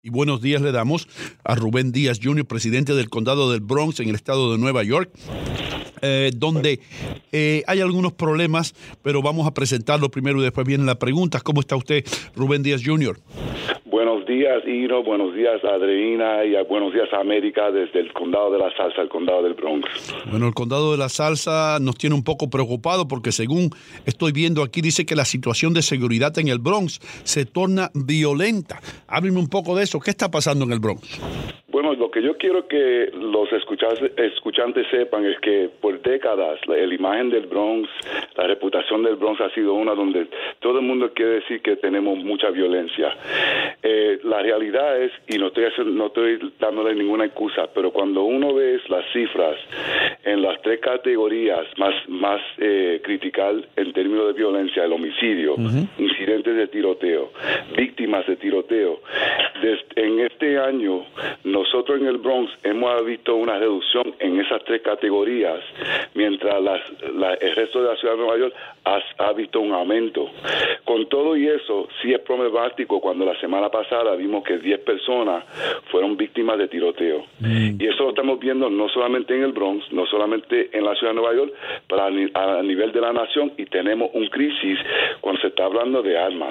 Y buenos días le damos a Rubén Díaz Jr., presidente del condado del Bronx en el estado de Nueva York, donde hay algunos problemas, pero vamos a presentarlo primero y después vienen las preguntas. ¿Cómo está usted, Rubén Díaz Jr.? Buenos días, Ino. Buenos días, Adriana. Y buenos días, América, desde el condado de la Salsa, el condado del Bronx. Bueno, el condado de la Salsa nos tiene un poco preocupado porque según estoy viendo aquí, dice que la situación de seguridad en el Bronx se torna violenta. Hábleme un poco de eso. ¿Qué está pasando en el Bronx? Bueno, lo que yo quiero que los escuchantes sepan es que por décadas la imagen del Bronx, la reputación del Bronx ha sido una donde todo el mundo quiere decir que tenemos mucha violencia. La realidad es, y no estoy dándole ninguna excusa, pero cuando uno ve las cifras en las tres categorías más critical en términos de violencia, el homicidio, incidentes de tiroteo, víctimas de tiroteo, en este año nosotros en el Bronx hemos visto una reducción en esas tres categorías, mientras el resto de la ciudad de Nueva York ha visto un aumento. Con todo y eso, sí es problemático cuando la semana pasada vimos que 10 personas fueron víctimas de tiroteo. Y eso lo estamos viendo no solamente en el Bronx, no solamente en la ciudad de Nueva York, pero a nivel de la nación, y tenemos un crisis cuando se está hablando de armas.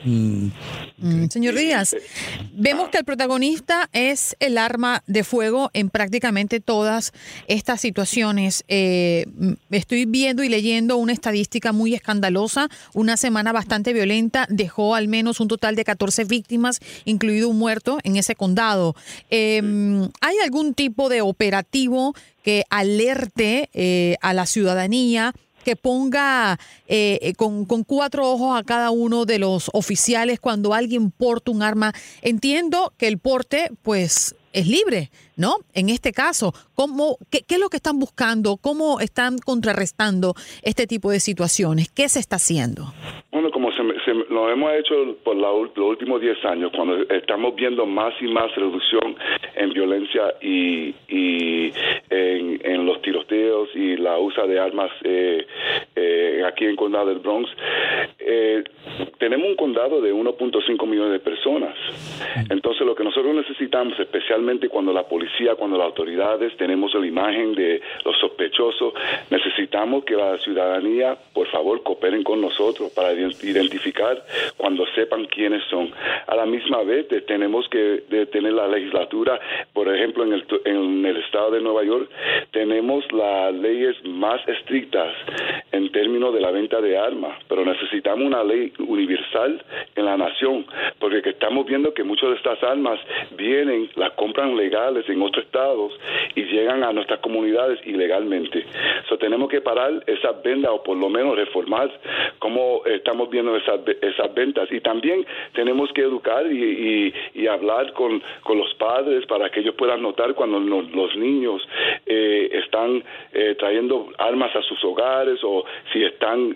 Señor Díaz, vemos que el protagonista es el arma de fuego en prácticamente todas estas situaciones. Estoy viendo y leyendo una estadística muy escandalosa. Una semana bastante violenta dejó al menos un total de 14 víctimas, incluido un muerto en ese condado. ¿Hay algún tipo de operativo que alerte a la ciudadanía, que ponga con cuatro ojos a cada uno de los oficiales cuando alguien porta un arma? Entiendo que el porte, pues, es libre, ¿no? En este caso, ¿qué es lo que están buscando? ¿Cómo están contrarrestando este tipo de situaciones? ¿Qué se está haciendo? Bueno, como lo hemos hecho por los últimos 10 años, cuando estamos viendo más y más reducción en violencia y en los tiroteos y la uso de armas aquí en el condado del Bronx. Tenemos un condado de 1.5 millones de personas. Entonces, lo que nosotros necesitamos, especialmente cuando la policía, cuando las autoridades tenemos la imagen de los sospechosos, necesitamos que la ciudadanía, por favor, cooperen con nosotros para identificar cuando sepan quiénes son. A la misma vez, tenemos que tener la legislatura, por ejemplo, en el estado de Nueva York, tenemos las leyes más estrictas en términos de la venta de armas, pero necesitamos una ley universal en la nación, porque estamos viendo que muchas de estas armas las compran legales en otros estados y llegan a nuestras comunidades ilegalmente. Tenemos que parar esas ventas, o por lo menos reformar cómo estamos viendo esas ventas. Y también tenemos que educar y hablar con los padres para que ellos puedan notar cuando los niños están trayendo armas a sus hogares, o si están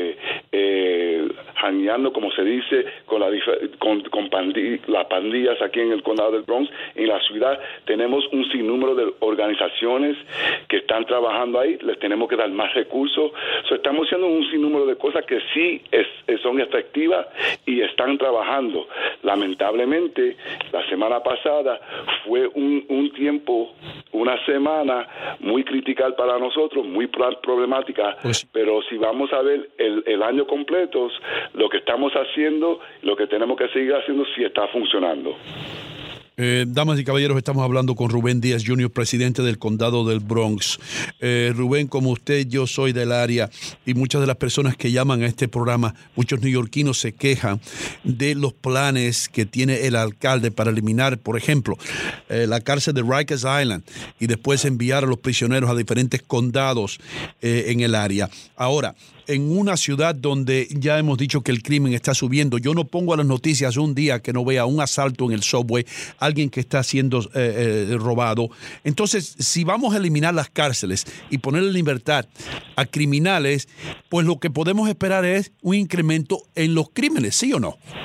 janeando, como se dice, con las pandillas aquí en el condado del Bronx. En la ciudad tenemos un sinnúmero de organizaciones que están trabajando ahí, les tenemos que dar más recursos. Estamos haciendo un sinnúmero de cosas que sí son efectivas y están trabajando. Lamentablemente, la semana pasada fue un tiempo, una semana muy critical para nosotros, muy problemática, pero si vamos a ver el año completo, lo que estamos haciendo, lo que tenemos que seguir haciendo, sí está funcionando. Damas y caballeros, estamos hablando con Rubén Díaz Jr., presidente del condado del Bronx. Rubén, como usted, yo soy del área, y muchas de las personas que llaman a este programa, muchos neoyorquinos se quejan de los planes que tiene el alcalde para eliminar, por ejemplo, la cárcel de Rikers Island y después enviar a los prisioneros a diferentes condados en el área. Ahora, en una ciudad donde ya hemos dicho que el crimen está subiendo, yo no pongo a las noticias un día que no vea un asalto en el subway, alguien que está siendo robado. Entonces, si vamos a eliminar las cárceles y poner en libertad a criminales, pues lo que podemos esperar es un incremento en los crímenes, ¿sí o no?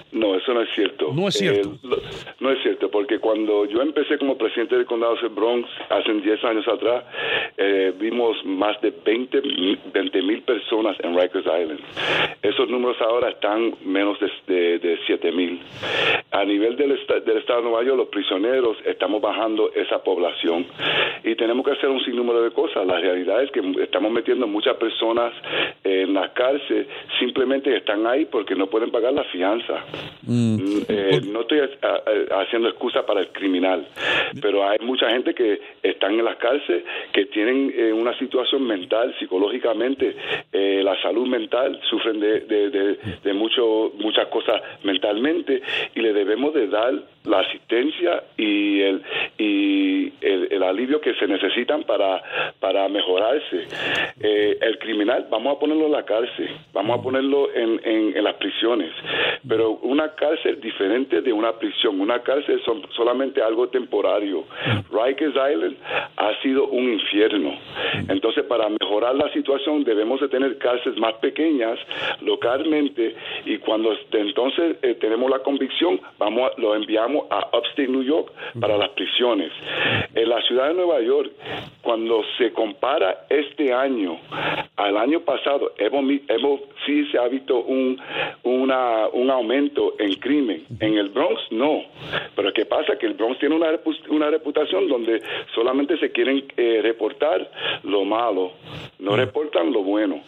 No, eso no es cierto. No es cierto. No es cierto, porque cuando yo empecé como presidente del condado del Bronx, hace 10 años atrás, vimos más de 20,000 personas en Rikers Island. Esos números ahora están menos de 7,000. A nivel del estado de Nueva York, los prisioneros, estamos bajando esa población. Y tenemos que hacer un sinnúmero de cosas. La realidad es que estamos metiendo muchas personas en la cárcel, simplemente están ahí porque no pueden pagar la fianza. No estoy haciendo excusa para el criminal, pero hay mucha gente que están en las cárceles que tienen una situación mental, psicológicamente, la salud mental, sufren de muchas cosas mentalmente, y le debemos de dar la asistencia y el alivio que se necesitan para mejorarse. El criminal, vamos a ponerlo en la cárcel, vamos a ponerlo en las prisiones, pero una cárcel diferente de una prisión. Una cárcel son solamente algo temporario. Rikers Island ha sido un infierno. Entonces, para mejorar la situación, debemos de tener cárceles más pequeñas localmente, y cuando entonces tenemos la convicción, lo enviamos a Upstate New York para las prisiones. En la ciudad de Nueva York, cuando se compara este año al año pasado, sí se ha visto un aumento en crimen. En el Bronx no, pero ¿qué pasa? Que el Bronx tiene una reputación donde solamente se quieren reportar lo malo, no reportan lo bueno,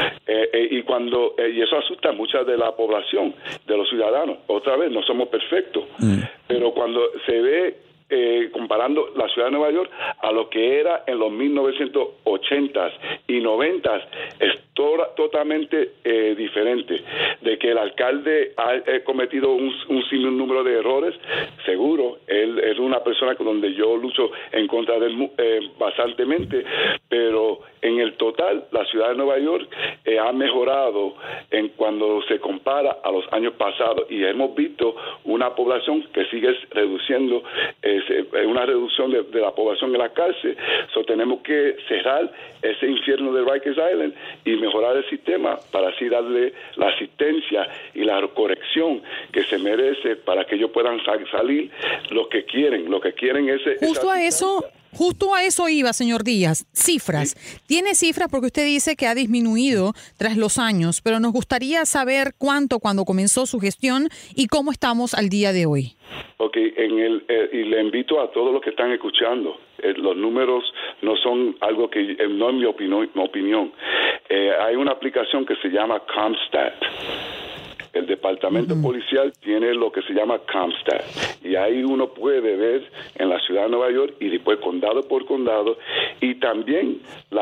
y eso asusta a mucha de la población, de los ciudadanos. Otra vez, no somos perfectos, pero cuando se ve comparando la ciudad de Nueva York a lo que era en los 1980s y 90s, es totalmente diferente. De que el alcalde ha cometido un sinnúmero de errores, seguro, él es una persona donde yo lucho en contra de él bastantemente, pero en el total la ciudad de Nueva York ha mejorado cuando se compara a los años pasados, y hemos visto una población que sigue reduciendo, una reducción de la población en la cárcel. Tenemos que cerrar ese infierno de Rikers Island y mejorar el sistema para así darle la asistencia y la corrección que se merece para que ellos puedan salir lo que quieren es Justo a eso iba, señor Díaz. Cifras. ¿Sí? ¿Tiene cifras? Porque usted dice que ha disminuido tras los años, pero nos gustaría saber cuánto cuando comenzó su gestión y cómo estamos al día de hoy. Ok, y le invito a todos los que están escuchando, los números no son algo que, no es mi opinión. Hay una aplicación que se llama CompStat. El departamento policial tiene lo que se llama CompStat, y ahí uno puede ver en la ciudad de Nueva York y después condado por condado, y también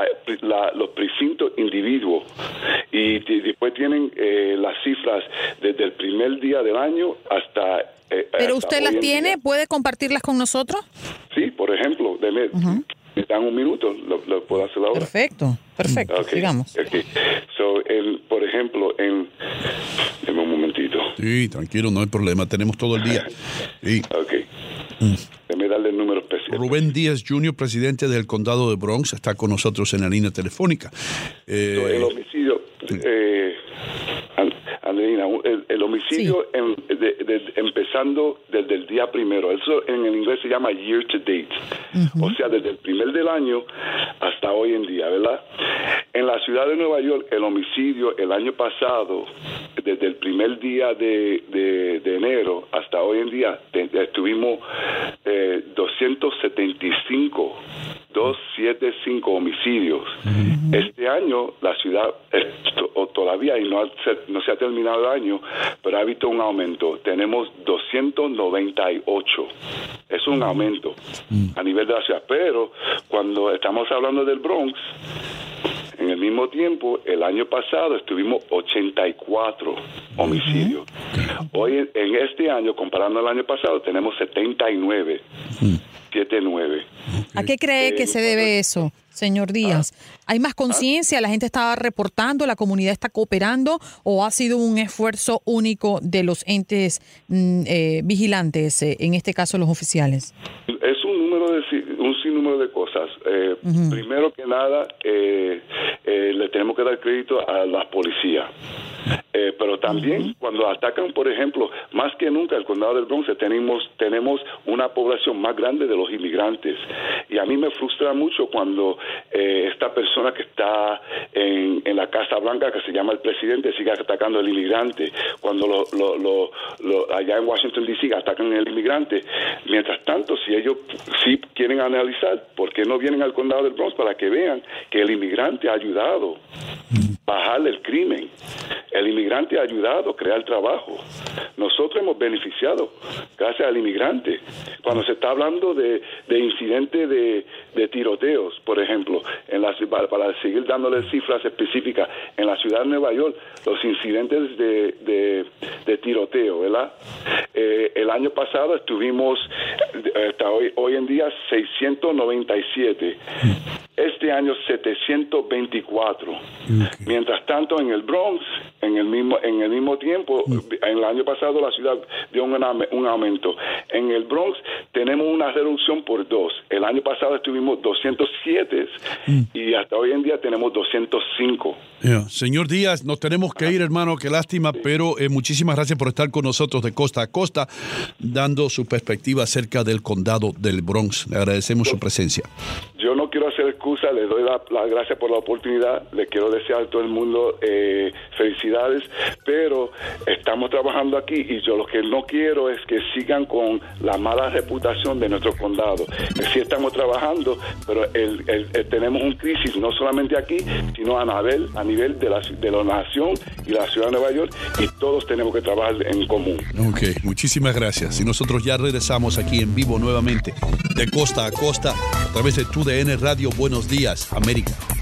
los precintos individuos, y después tienen las cifras desde el primer día del año hasta ¿Pero usted las tiene? ¿Puede compartirlas con nosotros? Sí, por ejemplo, me dan un minuto, lo puedo hacer ahora. Perfecto, okay. Sigamos. Okay. Por ejemplo, deme un momentito. Sí, tranquilo, no hay problema, tenemos todo el día. Sí. Ok. Déjame darle el número especial. Rubén Díaz Jr., presidente del condado de Bronx, está con nosotros en la línea telefónica. El homicidio... Andreina, el homicidio empezando desde el día primero, eso en el inglés se llama year to date, o sea, desde el primer del año hasta hoy en día, ¿verdad? En la ciudad de Nueva York, el homicidio el año pasado, desde el primer día de enero hasta hoy en día, tuvimos 275 homicidios. Este año la ciudad todavía, y no se ha terminado el año, pero ha visto un aumento. Tenemos 298. Es un aumento a nivel de la ciudad, pero cuando estamos hablando del Bronx, en el mismo tiempo, el año pasado estuvimos 84 homicidios. Hoy, en este año, comparando al año pasado, tenemos 79. 79. ¿A qué cree que se debe eso, señor Díaz? ¿Hay más conciencia? ¿La gente está reportando? ¿La comunidad está cooperando? ¿O ha sido un esfuerzo único de los entes vigilantes, en este caso los oficiales? Es un sinnúmero de cosas. Primero que nada, le tenemos que dar crédito a las policías. Pero también cuando atacan, por ejemplo, más que nunca el condado del Bronx tenemos una población más grande de los inmigrantes. Y a mí me frustra mucho cuando esta persona que está en la Casa Blanca, que se llama el presidente, sigue atacando al inmigrante. Cuando allá en Washington, D.C. atacan al inmigrante. Mientras tanto, si ellos sí quieren analizar, ¿por qué no vienen al condado del Bronx para que vean que el inmigrante ha ayudado a bajar el crimen? El inmigrante ha ayudado a crear trabajo. Nosotros hemos beneficiado gracias al inmigrante. Cuando se está hablando de incidentes de tiroteos, por ejemplo, para seguir dándole cifras específicas, en la ciudad de Nueva York, los incidentes de tiroteo, ¿verdad? El año pasado estuvimos, hasta hoy en día, 697. Este año 724. Mientras tanto, en el Bronx, en el mismo tiempo, en el año pasado la ciudad dio un aumento. En el Bronx tenemos una reducción por 2. El año pasado estuvimos 207 y hasta hoy en día tenemos 205. Señor Díaz, nos tenemos que ir, hermano, qué lástima, pero muchísimas gracias por estar con nosotros de costa a costa, dando su perspectiva acerca del condado del Bronx. Le agradecemos su presencia. Yo no quiero hacer excusa, le doy las gracias por la oportunidad, le quiero desear a todo el mundo felicidades, pero estamos trabajando aquí y yo lo que no quiero es que sigan con la mala reputación de nuestro condado. Sí estamos trabajando, pero tenemos un crisis no solamente aquí, sino a nivel de la nación y la ciudad de Nueva York, y todos tenemos que trabajar en común. Ok, muchísimas gracias. Y nosotros ya regresamos aquí en vivo nuevamente, de costa a costa, a través de TUDN Radio. Buenos días, América.